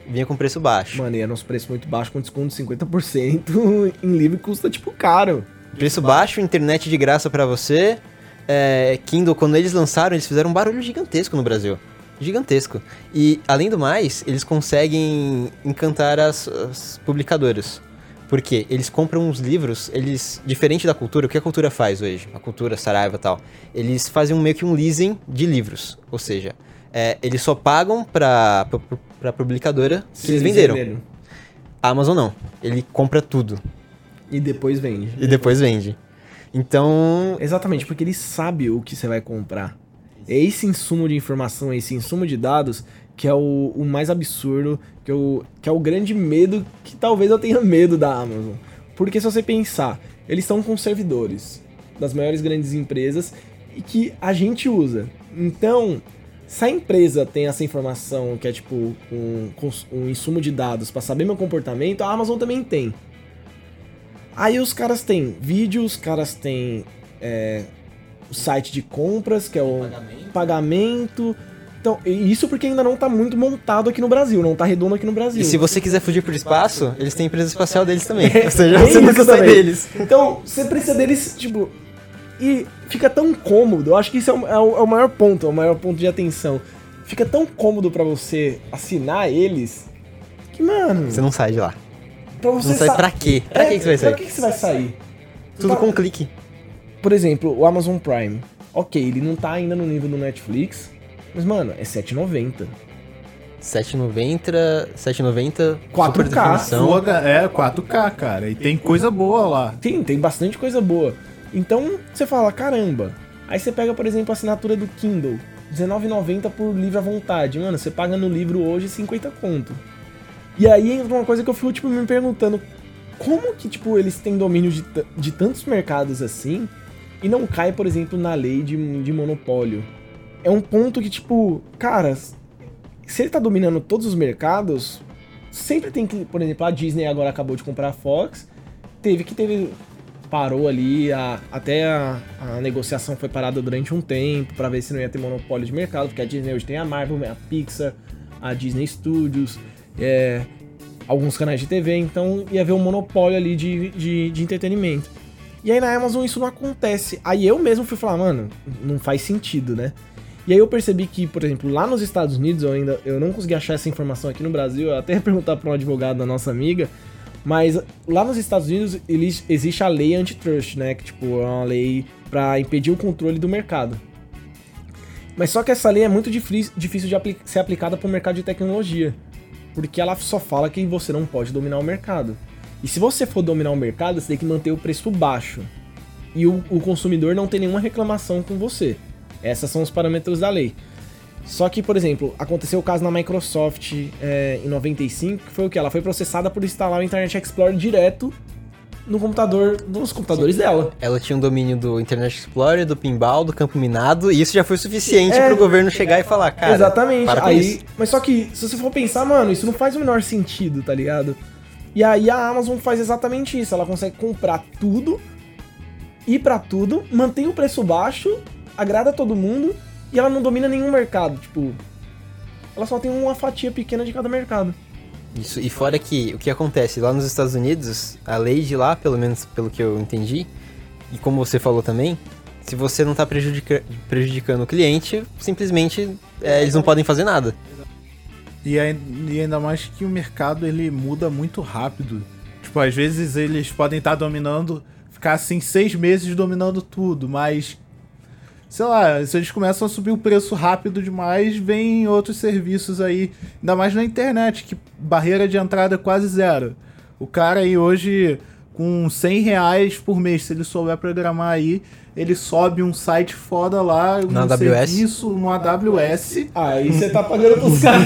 vinha com preço baixo. Mano, e era uns preços muito baixos, com desconto de cinquenta por cento em livro custa, tipo, caro. Preço baixo, internet de graça pra você. É, Kindle, quando eles lançaram, eles fizeram um barulho gigantesco no Brasil. Gigantesco. E, além do mais, eles conseguem encantar as, as publicadoras. Por quê? Eles compram os livros, eles... Diferente da cultura, o que a cultura faz hoje? A cultura, Saraiva e tal. Eles fazem meio que um leasing de livros. Ou seja, é, eles só pagam pra, pra, pra publicadora se, se eles venderam. venderam. A Amazon não. Ele compra tudo. E depois vende. E depois vende. Então... Exatamente, porque ele sabe o que você vai comprar. É esse insumo de informação, esse insumo de dados que é o, o mais absurdo, que é o, que é o grande medo, que talvez eu tenha medo da Amazon. Porque se você pensar, eles estão com servidores das maiores grandes empresas e que a gente usa. Então, se a empresa tem essa informação que é tipo um, um insumo de dados para saber meu comportamento, a Amazon também tem. Aí os caras têm vídeo, os caras têm é, o site de compras, que é o pagamento. pagamento. Então, isso porque ainda não tá muito montado aqui no Brasil, não tá redondo aqui no Brasil. E se você quiser fugir pro espaço, eles têm a empresa espacial deles também. É, Ou seja, você nunca sai deles. Então, você precisa deles, tipo... E fica tão cômodo, eu acho que isso é o, é o, é o maior ponto, é o maior ponto de atenção. Fica tão cômodo pra você assinar eles, que, mano... Você não sai de lá. Pra você não sai sa... pra quê? Pra é, que, que você vai sair? Pra que, que você vai sair? Tudo tá... com um clique. Por exemplo, o Amazon Prime. Ok, ele não tá ainda no nível do Netflix... Mas, mano, é sete reais e noventa centavos. sete reais e noventa centavos, sete reais e noventa centavos, quatro K. Foda, é, quatro K, cara. E tem coisa boa lá. Tem, tem bastante coisa boa. Então, você fala, caramba. Aí você pega, por exemplo, a assinatura do Kindle. dezenove reais e noventa centavos por livro à vontade. Mano, você paga no livro hoje cinquenta conto. E aí entra uma coisa que eu fico, tipo, me perguntando. Como que, tipo, eles têm domínio de, de tantos mercados assim e não cai, por exemplo, na lei de, de monopólio? É um ponto que, tipo, cara, se ele tá dominando todos os mercados, sempre tem que, por exemplo, a Disney agora acabou de comprar a Fox, teve que teve, parou ali, a, até a, a negociação foi parada durante um tempo pra ver se não ia ter monopólio de mercado, porque a Disney hoje tem a Marvel, a Pixar, a Disney Studios, é, alguns canais de T V, então ia haver um monopólio ali de, de, de entretenimento. E aí na Amazon isso não acontece. Aí eu mesmo fui falar, mano, não faz sentido, né? E aí eu percebi que, por exemplo, lá nos Estados Unidos, eu ainda eu não consegui achar essa informação aqui no Brasil, eu até ia perguntar para um advogado da nossa amiga, mas lá nos Estados Unidos eles, existe a lei antitrust, né, que tipo, é uma lei para impedir o controle do mercado. Mas só que essa lei é muito difícil, difícil de apli- ser aplicada para o mercado de tecnologia, porque ela só fala que você não pode dominar o mercado. E se você for dominar o mercado, você tem que manter o preço baixo, e o, o consumidor não tem nenhuma reclamação com você. Esses são os parâmetros da lei. Só que, por exemplo, aconteceu o caso na Microsoft é, em noventa e cinco, que foi o que? Ela foi processada por instalar o Internet Explorer direto no computador, nos computadores Sim. dela. Ela tinha um domínio do Internet Explorer, do pinball, do campo minado, e isso já foi suficiente é, pro governo chegar e falar, cara, exatamente. Para com aí, isso. Mas só que, se você for pensar, mano, isso não faz o menor sentido, tá ligado? E aí a Amazon faz exatamente isso. Ela consegue comprar tudo, ir pra tudo, mantém o preço baixo, agrada todo mundo e ela não domina nenhum mercado, tipo, ela só tem uma fatia pequena de cada mercado. Isso, e fora que o que acontece lá nos Estados Unidos, a lei de lá, pelo menos pelo que eu entendi, e como você falou também, se você não tá prejudica- prejudicando o cliente, simplesmente é, eles não podem fazer nada. E ainda mais que o mercado ele muda muito rápido. Tipo, às vezes eles podem estar dominando, ficar assim seis meses dominando tudo, mas sei lá, se eles começam a subir o preço rápido demais, vem outros serviços aí, ainda mais na internet, que barreira de entrada é quase zero. O cara aí hoje, com cem reais por mês, se ele souber programar aí, ele sobe um site foda lá, um na A W S? serviço no A W S. Aí você tá pagando pros caras,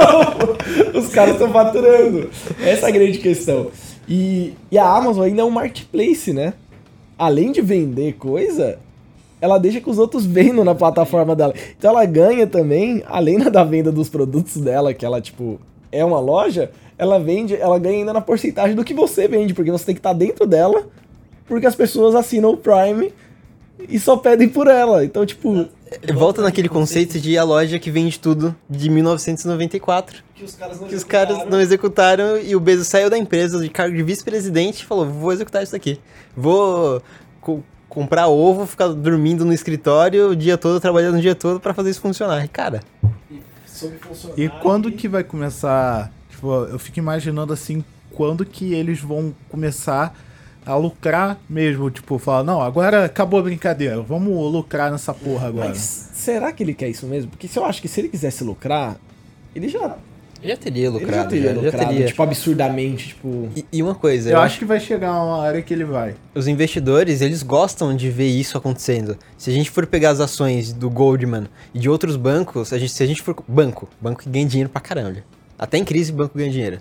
não. Os caras estão faturando. Essa é a grande questão. E, e a Amazon ainda é um marketplace, né? Além de vender coisa, ela deixa que os outros vendam na plataforma dela. Então ela ganha também, além da venda dos produtos dela, que ela, tipo, é uma loja, ela vende, ela ganha ainda na porcentagem do que você vende, porque você tem que estar dentro dela, porque as pessoas assinam o Prime e só pedem por ela. Então, tipo, volta naquele conceito de a loja que vende tudo de mil novecentos e noventa e quatro. Que os caras não Que os caras não executaram e o Bezos saiu da empresa de cargo de vice-presidente e falou, vou executar isso daqui. Vou co- comprar ovo, ficar dormindo no escritório o dia todo, trabalhando o dia todo pra fazer isso funcionar. E, cara... E quando que vai começar... Tipo, eu fico imaginando assim, quando que eles vão começar a lucrar mesmo, tipo, falar, não, agora acabou a brincadeira, vamos lucrar nessa porra agora. Mas será que ele quer isso mesmo? Porque se eu acho que se ele quisesse lucrar, ele já, Já teria ele já lucrado. teria já, já lucrado, teria. tipo, absurdamente, tipo... E, e uma coisa, Eu acho que vai chegar uma hora que ele vai. os investidores, eles gostam de ver isso acontecendo. Se a gente for pegar as ações do Goldman e de outros bancos, a gente, se a gente for... Banco, banco que ganha dinheiro pra caramba. Até em crise, banco ganha dinheiro.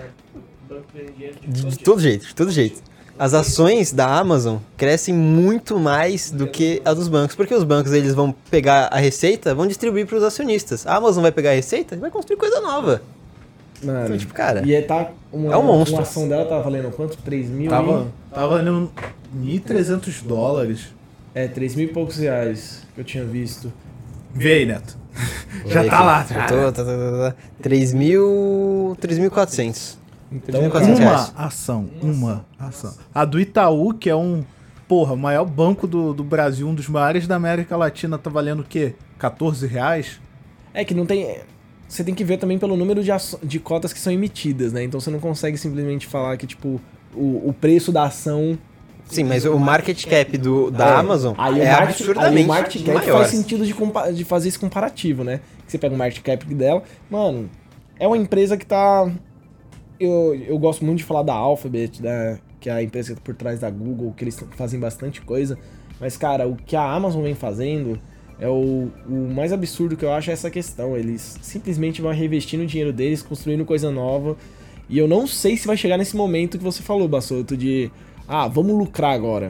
De, de todo jeito, de todo jeito. As ações da Amazon crescem muito mais do que a dos bancos, porque os bancos eles vão pegar a receita, vão distribuir para os acionistas. A Amazon vai pegar a receita e vai construir coisa nova. Mano, Então, tipo, cara, e aí tá uma, é um monstro. uma ação dela tava valendo quanto? três mil? Tava, tava valendo mil e trezentos dólares. E... É, três mil e poucos reais que eu tinha visto. Vê aí, Neto. Vou Já ver tá aqui. lá. Eu tô, tá, tá, tá, tá. três mil e quatrocentos. Então, três mil e quatrocentos Uma reais. ação, uma ação. A do Itaú, que é um, porra, o maior banco do, do Brasil, um dos maiores da América Latina, tá valendo o quê? quatorze reais? É que não tem... Você tem que ver também pelo número de, aço- de cotas que são emitidas, né? Então você não consegue simplesmente falar que, tipo, o, o preço da ação... Sim, mas o market cap do, da É, Amazon aí o é market- absurdamente aí o market cap maior. faz sentido de, compa- de fazer esse comparativo, né? Que você pega o market cap dela, mano, é uma empresa que tá... Eu, eu gosto muito de falar da Alphabet, né? Que é a empresa que tá por trás da Google, que eles fazem bastante coisa. Mas, cara, o que a Amazon vem fazendo é o, o mais absurdo que eu acho é essa questão. Eles simplesmente vão revestindo o dinheiro deles, construindo coisa nova. E eu não sei se vai chegar nesse momento que você falou, Bassoto, de... Ah, vamos lucrar agora.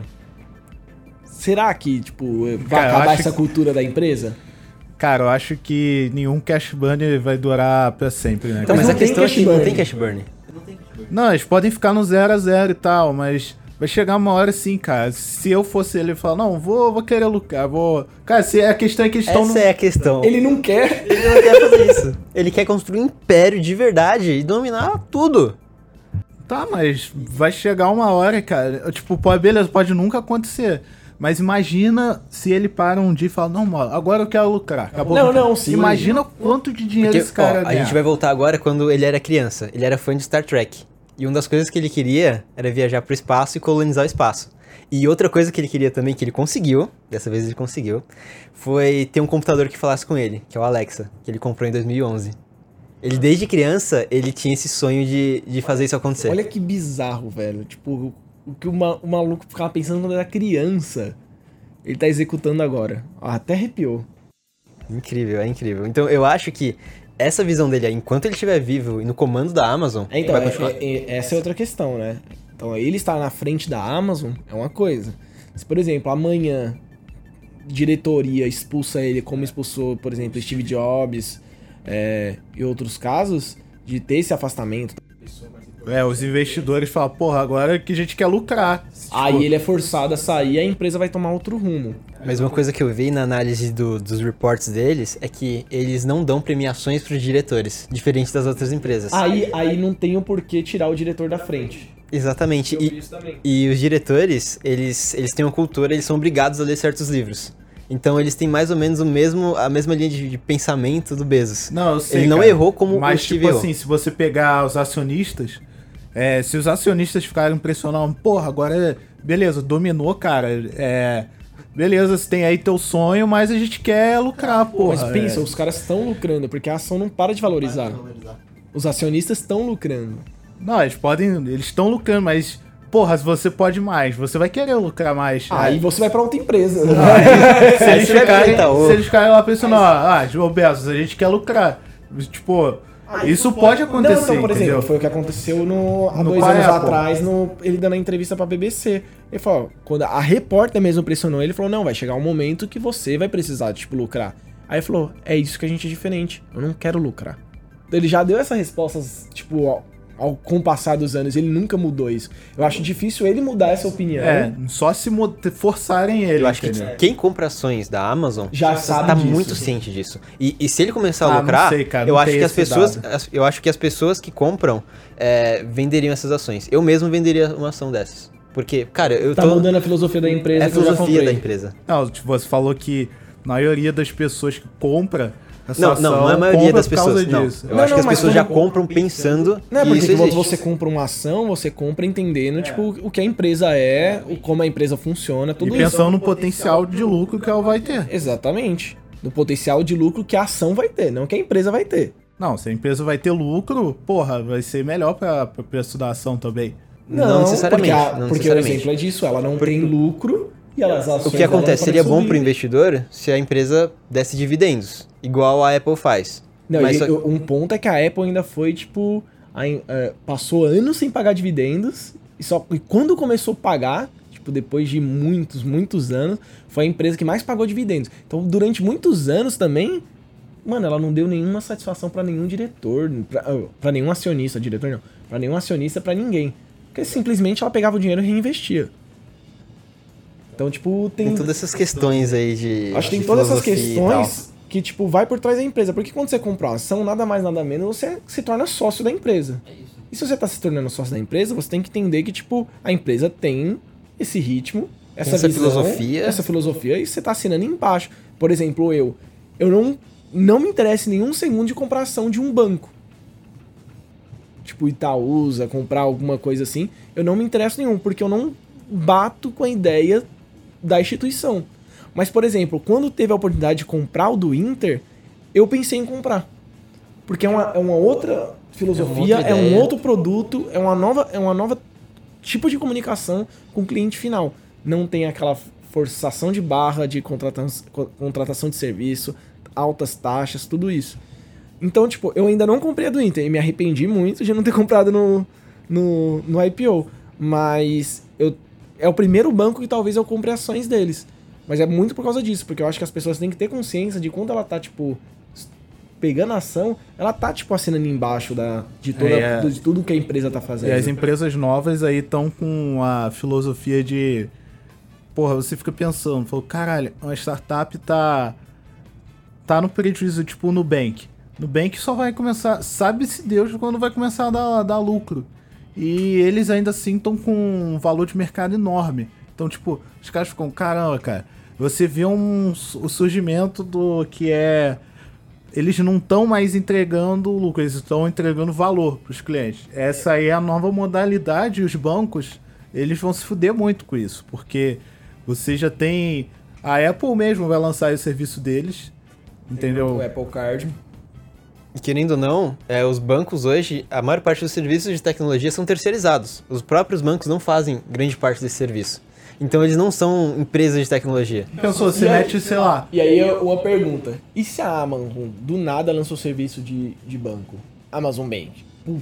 Será que, tipo, vai Cara, eu acabar acho essa que- cultura da empresa? Cara, eu acho que nenhum cash burn vai durar pra sempre, né? Então, Mas mas, não a tem questão é cash que não burn. tem cash burn. Não, eles podem ficar no zero a zero e tal, mas vai chegar uma hora assim, cara. Se eu fosse ele, eu falar, não, vou, vou querer lucrar, vou... Cara, se a questão é que eles estão... Essa no... é a questão. Ele não quer. Ele não quer fazer isso. Ele quer construir um império de verdade e dominar tudo. Tá, mas vai chegar uma hora, cara. Tipo, pode, beleza, pode nunca acontecer. Mas imagina se ele para um dia e fala, não, mano, agora eu quero lucrar. Acabou Não, lucrar. não, sim. Imagina quanto de dinheiro Porque, esse cara ó, a ganha. gente vai voltar agora quando ele era criança. Ele era fã de Star Trek. E uma das coisas que ele queria era viajar pro espaço e colonizar o espaço. E outra coisa que ele queria também, que ele conseguiu, dessa vez ele conseguiu, foi ter um computador que falasse com ele, que é o Alexa, que ele comprou em dois mil e onze. Ele, desde criança, ele tinha esse sonho de, de fazer isso acontecer. Olha que bizarro, velho. Tipo, o que o, ma- o maluco ficava pensando quando era criança, ele tá executando agora. Ó, até arrepiou. Incrível, é incrível. Então eu acho que essa visão dele, enquanto ele estiver vivo e no comando da Amazon, É, então, vai é- continuar. é- é- essa é outra questão, né? Então, ele estar na frente da Amazon é uma coisa. Se, por exemplo, amanhã diretoria expulsa ele, como expulsou, por exemplo, Steve Jobs é, e outros casos, de ter esse afastamento. É, os investidores falam, porra, agora que a gente quer lucrar. Tipo, Aí ele é forçado a sair e a empresa vai tomar outro rumo. Mas uma coisa que eu vi na análise do- dos reports deles é que eles não dão premiações para os diretores, diferente das outras empresas. Aí, aí não tem o porquê tirar o diretor da frente. Exatamente. Eu vi E, isso também. e os diretores, eles, eles têm uma cultura, eles são obrigados a ler certos livros. Então eles têm mais ou menos o mesmo, a mesma linha de, de pensamento do Bezos. Não, eu sei, Ele não cara. errou como Mas, o Steve tipo errou. assim, se você pegar os acionistas, é, se os acionistas ficarem pressionando, porra, agora, beleza, dominou, cara, é... Beleza, você tem aí teu sonho, mas a gente quer lucrar, porra. Mas pensa, é. os caras estão lucrando, porque a ação não para de valorizar. Os acionistas estão lucrando. Não, eles podem, eles estão lucrando, mas, porra, se você pode mais, você vai querer lucrar mais. Aí É. você vai pra outra empresa. se, Aí eles você vai ficarem, apresentar o- se eles ficarem lá pensando, ó, ah, João Bezos, a gente quer lucrar. Tipo, isso pode acontecer, Não, então, por exemplo, entendeu? foi o que aconteceu no, há No dois Pai anos Apple. atrás, no, ele dando a entrevista pra B B C. Ele falou, quando a repórter mesmo pressionou ele, falou, não, vai chegar um momento que você vai precisar, tipo, lucrar. Aí ele falou, é isso que a gente é diferente, eu não quero lucrar. Então ele já deu essa resposta, tipo, ó, ao, com o passar dos anos, ele nunca mudou isso. Eu acho difícil ele mudar essa opinião. É, só se mo- forçarem ele. Eu acho que entendeu? quem compra ações da Amazon Já sabe tá disso. muito ciente disso. E, e se ele começar a Ah, não lucrar, sei, cara, eu não acho tem que as esse pessoas, dado. as- eu acho que as pessoas que compram é, venderiam essas ações. Eu mesmo venderia uma ação dessas. Porque, cara, eu Tá tô mudando a filosofia da empresa é a que eu já filosofia da comprei. empresa. Não, tipo, você falou que a maioria das pessoas que compra essa Não, ação não, não é a maioria compra das por causa pessoas. Não, disso. eu Não, acho não, que as mas pessoas já quando- compram pensando Não é que porque isso quando existe. você compra uma ação, você compra entendendo, tipo, o que a empresa é, o como a empresa funciona, E tudo isso. pensando no potencial de lucro que ela vai ter. Exatamente. No potencial de lucro que a ação vai ter, não que a empresa vai ter. Não, se a empresa vai ter lucro, porra, vai ser melhor para o preço da ação também. Não necessariamente, Porque, a- não porque necessariamente. o exemplo é disso, ela não tem lucro e elas O que acontece seria bom pro investidor se a empresa desse dividendos, igual a Apple faz. Não, Mas e, só- um ponto é que a Apple ainda foi, tipo, a, é, passou anos sem pagar dividendos, e só e quando começou a pagar, tipo, depois de muitos, muitos anos, foi a empresa que mais pagou dividendos. Então, durante muitos anos também, mano, ela não deu nenhuma satisfação pra nenhum diretor, pra, ah, pra nenhum acionista, diretor não, pra nenhum acionista, pra ninguém. Porque simplesmente ela pegava o dinheiro e reinvestia. Então, tipo, tem... Tem todas essas questões aí de. Acho que tem de todas essas filosofia e tal. questões que, tipo, vai por trás da empresa. Porque quando você compra uma ação, nada mais, nada menos, você se torna sócio da empresa. E se você tá se tornando sócio da empresa, você tem que entender que, tipo, a empresa tem esse ritmo, essa, Essa visão, filosofia. essa filosofia, e você tá assinando embaixo. Por exemplo, eu, eu não, não me interesso em nenhum segundo de comprar ação de um banco. Tipo, Itaúsa, comprar alguma coisa assim. Eu não me interesso nenhum, porque eu não bato com a ideia da instituição. Mas, por exemplo, quando teve a oportunidade de comprar o do Inter, eu pensei em comprar. Porque é uma, é uma outra filosofia, É uma outra é um ideia. outro produto, é uma nova, é uma nova tipo de comunicação com o cliente final. Não tem aquela forçação de barra de contratação, contratação de serviço, altas taxas, tudo isso. Então, tipo, eu ainda não comprei a do Inter e me arrependi muito de não ter comprado no, no, no I P O. Mas eu, é o primeiro banco que talvez eu compre ações deles. Mas é muito por causa disso, porque eu acho que as pessoas têm que ter consciência de quando ela tá, tipo, pegando a ação, ela tá, tipo, assinando embaixo da, de, toda, É. de tudo que a empresa tá fazendo. E as empresas novas aí estão com a filosofia de... Porra, você fica pensando, falou, caralho, uma startup tá... Tá no prejuízo, tipo o Nubank. Nubank só vai começar... Sabe-se Deus quando vai começar a dar, dar lucro. E eles ainda assim estão com um valor de mercado enorme. Então, tipo, os caras ficam, caramba, cara... Você vê um, o surgimento do que é... Eles não estão mais entregando lucro, eles estão entregando valor para os clientes. Essa aí é a nova modalidade e os bancos, eles vão se fuder muito com isso, porque você já tem... A Apple mesmo vai lançar o serviço deles, entendeu? O Apple Card. E querendo ou não, é, os bancos hoje, a maior parte dos serviços de tecnologia são terceirizados. Os próprios bancos não fazem grande parte desse serviço. Então eles não são empresas de tecnologia. Pensou, você E aí- mete, sei lá... E aí, uma pergunta. E se a Amazon do nada lançou serviço de, de banco? Amazon Bank. Puf.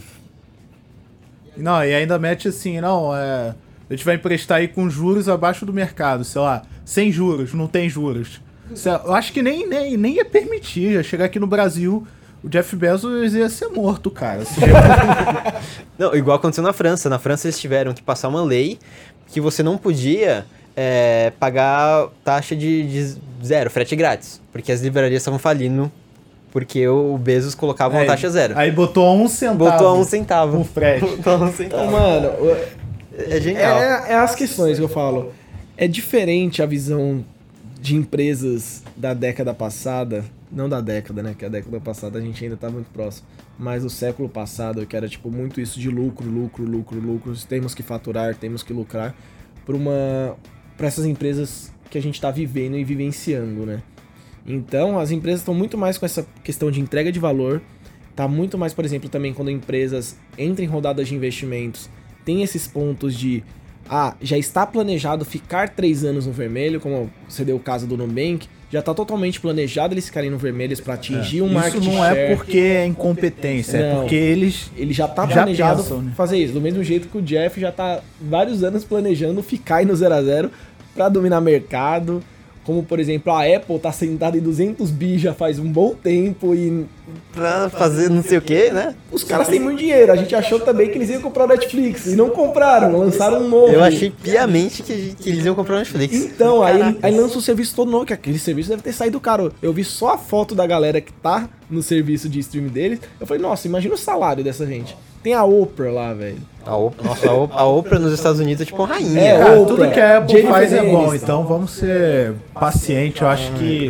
Não, e ainda mete assim, não, é... A gente vai emprestar aí com juros abaixo do mercado, sei lá, sem juros, não tem juros. Sei lá, eu acho que nem, nem, nem ia permitir, ia chegar aqui no Brasil, o Jeff Bezos ia ser morto, cara. Assim, Não, igual aconteceu na França. Na França eles tiveram que passar uma lei que você não podia é, pagar taxa de, de zero, frete grátis. Porque as livrarias estavam falindo, porque o Bezos colocava uma É, taxa zero. Aí botou a um centavo. Botou a um centavo. O frete. Botou a um Então, centavo. mano, o- É genial. é, é as questões que eu falo. É diferente a visão de empresas da década passada. Não da década, né? Que a década passada a gente ainda tá muito próximo. Mas o século passado, que era tipo muito isso de lucro, lucro, lucro, lucro. Temos que faturar, temos que lucrar. Pra uma. Pra essas empresas que a gente tá vivendo e vivenciando, né? Então, as empresas estão muito mais com essa questão de entrega de valor. Tá muito mais, por exemplo, também quando empresas entram em rodadas de investimentos, tem esses pontos de, ah, já está planejado ficar três anos no vermelho, como você deu o caso do Nubank, já está totalmente planejado eles ficarem no vermelho para atingir um market Isso não share. é porque é incompetência, é Não. porque eles... Ele já tá Já planejado pensam, né? fazer isso, do mesmo jeito que o Jeff já tá vários anos planejando ficar aí no zero a zero para dominar mercado. Como, por exemplo, a Apple tá sentada em duzentos bi já faz um bom tempo e... Pra fazer não sei o que, né? Os caras têm muito dinheiro. A gente achou também que eles iam comprar o Netflix e não compraram, lançaram um novo. Eu achei piamente que, que eles iam comprar o Netflix. Então, aí, aí lança o serviço todo novo, que aquele serviço deve ter saído caro. Eu vi só a foto da galera que tá no serviço de streaming deles. Eu falei, nossa, imagina o salário dessa gente. Tem a Oprah lá, velho. A Oprah, nossa, a Oprah, a Oprah nos Estados Unidos é tipo uma rainha. É, Cara, Oprah, tudo que a Apple Jennifer faz é bom, Aniston. então vamos ser pacientes. Eu acho que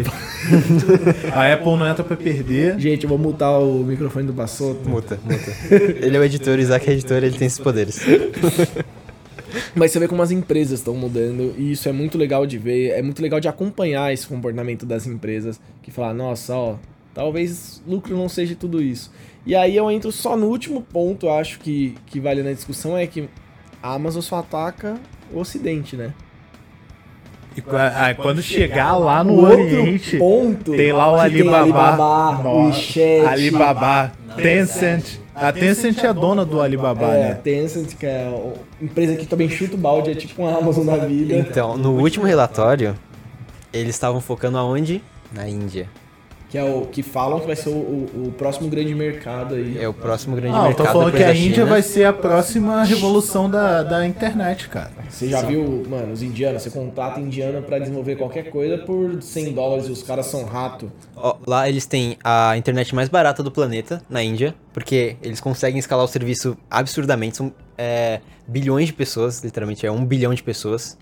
a Apple não entra pra perder. Gente, eu vou mutar o microfone do Bassoto. Muta, muta. Ele é o editor, o Isaac é editor, ele tem esses poderes. Mas você vê como as empresas estão mudando e isso é muito legal de ver, é muito legal de acompanhar esse comportamento das empresas que falam, nossa, ó, talvez lucro não seja tudo isso. E aí eu entro só no último ponto, eu acho que, que vale na discussão, é que a Amazon só ataca o Ocidente, né? E ah, quando chegar lá no O outro Oriente, ponto tem lá o que tem Alibaba, Alibaba, o Nossa, WeChat, Alibaba, Tencent. A Tencent é dona do Alibaba, é, né? Tencent, que é a empresa que também chuta o balde, é tipo uma Amazon da vida. Então, no último relatório, eles estavam focando aonde? Na Índia. Que é o que falam que vai ser o, o, o próximo grande mercado aí. É o próximo grande Ah, eu tô mercado falando que depois a da Índia China. vai ser a próxima revolução da, da internet, cara. Você já viu, mano, os indianos? Você contrata indiano pra desenvolver qualquer coisa por cem dólares e os caras são rato. Ó, lá eles têm a internet mais barata do planeta, na Índia, porque eles conseguem escalar o serviço absurdamente. São é, bilhões de pessoas, literalmente é um bilhão de pessoas.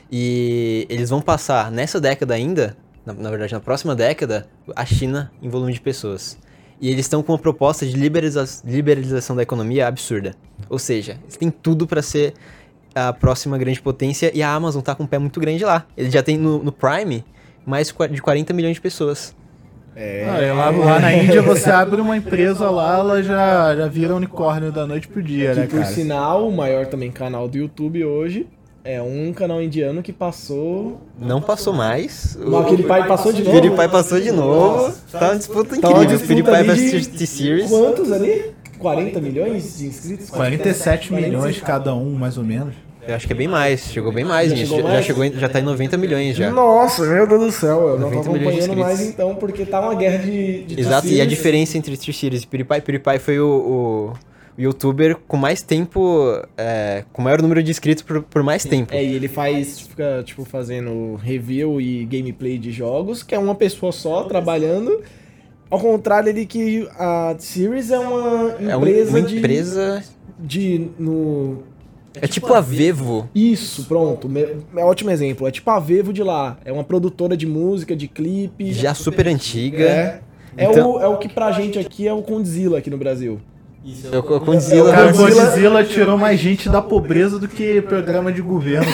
E eles vão passar, nessa década ainda, na, na verdade na próxima década, a China em volume de pessoas. E eles estão com uma proposta de liberaliza- liberalização da economia absurda. Ou seja, eles têm tudo para ser a próxima grande potência e a Amazon tá com um pé muito grande lá. Ele já tem no, no Prime mais de quarenta milhões de pessoas. É. Ah, é, lá, lá na Índia você abre uma empresa lá, ela já, já vira unicórnio da noite pro dia, Que né, por cara? sinal, o maior também canal do YouTube hoje é um canal indiano que passou. Não passou mais. O PewDiePie passou de O novo. PewDiePie passou de novo. Tá uma disputa Tá uma incrível. O disputa PewDiePie ali versus de- T-Series. Quantos ali? quarenta milhões de inscritos? quarenta e sete milhões cada um, mais ou menos. Eu acho que é bem mais. Chegou bem mais, Já gente. chegou Já, mais? chegou em- já tá em noventa milhões já. Nossa, meu Deus do céu, eu não tô noventa milhões de acompanhando mais inscritos. então, porque tá uma guerra de, de Exato, e a T-Series. diferença entre T-Series e PewDiePie, PewDiePie foi o, o, o youtuber com mais tempo, é, com maior número de inscritos por, por mais tempo. É, e ele faz, fica, tipo, fazendo review e gameplay de jogos, que é uma pessoa só trabalhando. Ao contrário, ele que a Series é uma É um- empresa uma de, empresa... de... no... É tipo a Vevo. Isso, pronto. me- É um ótimo exemplo. É tipo a Vevo de lá. É uma produtora de música, de clipe. Já super antiga. É. É, Então- o, é o que pra gente aqui é o Condzilla aqui no Brasil. Eu, eu Godzilla, Cara, o Godzilla- Godzilla tirou mais gente da pobreza do que programa de governo,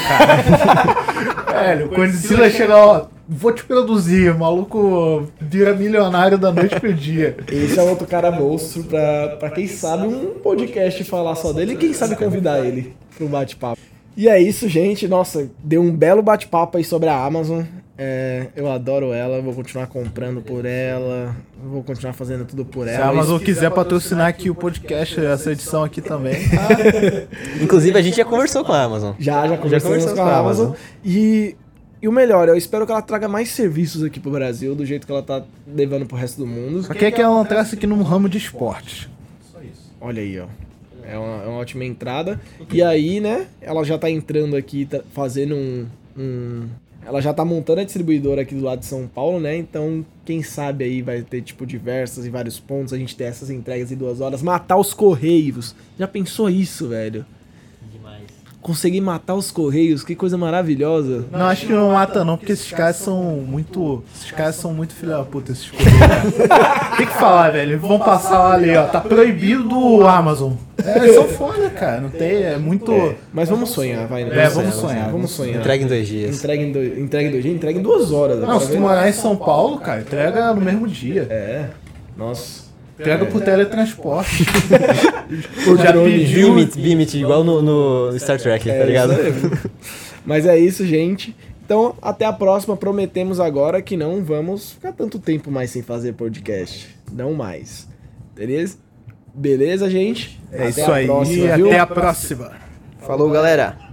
cara. Velho, o Godzilla chega, ó, vou te produzir, o maluco vira milionário da noite pro dia. Esse é outro cara monstro pra, pra quem sabe um podcast falar só dele e quem sabe convidar ele pra um bate-papo. E é isso, gente. Nossa, deu um belo bate-papo aí sobre a Amazon. É, eu adoro ela, vou continuar comprando por ela, vou continuar fazendo tudo por Se ela. a Amazon quiser patrocinar aqui o podcast, essa edição aqui também. Inclusive, a gente já conversou com a Amazon. Já, já conversamos conversamos com a Amazon. E, e o melhor, eu espero que ela traga mais serviços aqui pro Brasil, do jeito que ela tá levando pro resto do mundo. Só que é que ela entrasse aqui no ramo de esportes. Olha aí, ó. É uma, é uma ótima entrada. E aí, né, ela já tá entrando aqui, tá fazendo um, um... Ela já tá montando a distribuidora aqui do lado de São Paulo, né? Então, quem sabe aí vai ter, tipo, diversas e vários pontos, a gente ter essas entregas em duas horas. Matar os Correios. Já pensou isso, velho? Conseguir matar os Correios, que coisa maravilhosa. Não, acho que não mata não, porque esses caras são muito... Esses caras são muito filha da puta, esses coisas. Tem que falar, velho. Eles vão passar lá ali, ó. Tá proibido do Amazon. É, eles são foda, cara. Não tem... É muito... Mas vamos sonhar, vai. né? É, vamos sonhar. Vamos sonhar. Entrega em dois dias. Entrega em dois, entrega em dois dias, entrega em duas horas. Não, agora, se tu vem. morar em São Paulo, cara, entrega no mesmo dia. É. Nossa. Entrega por teletransporte. Por Já drone. pediu. Beam it, beam it, igual no, no Star Trek, É, tá ligado? isso aí. Mas é isso, gente. Então, até a próxima. Prometemos agora que não vamos ficar tanto tempo mais sem fazer podcast. Não mais. Beleza? Beleza, gente? É Até isso a aí. próxima, viu? Até a próxima. Falou, galera!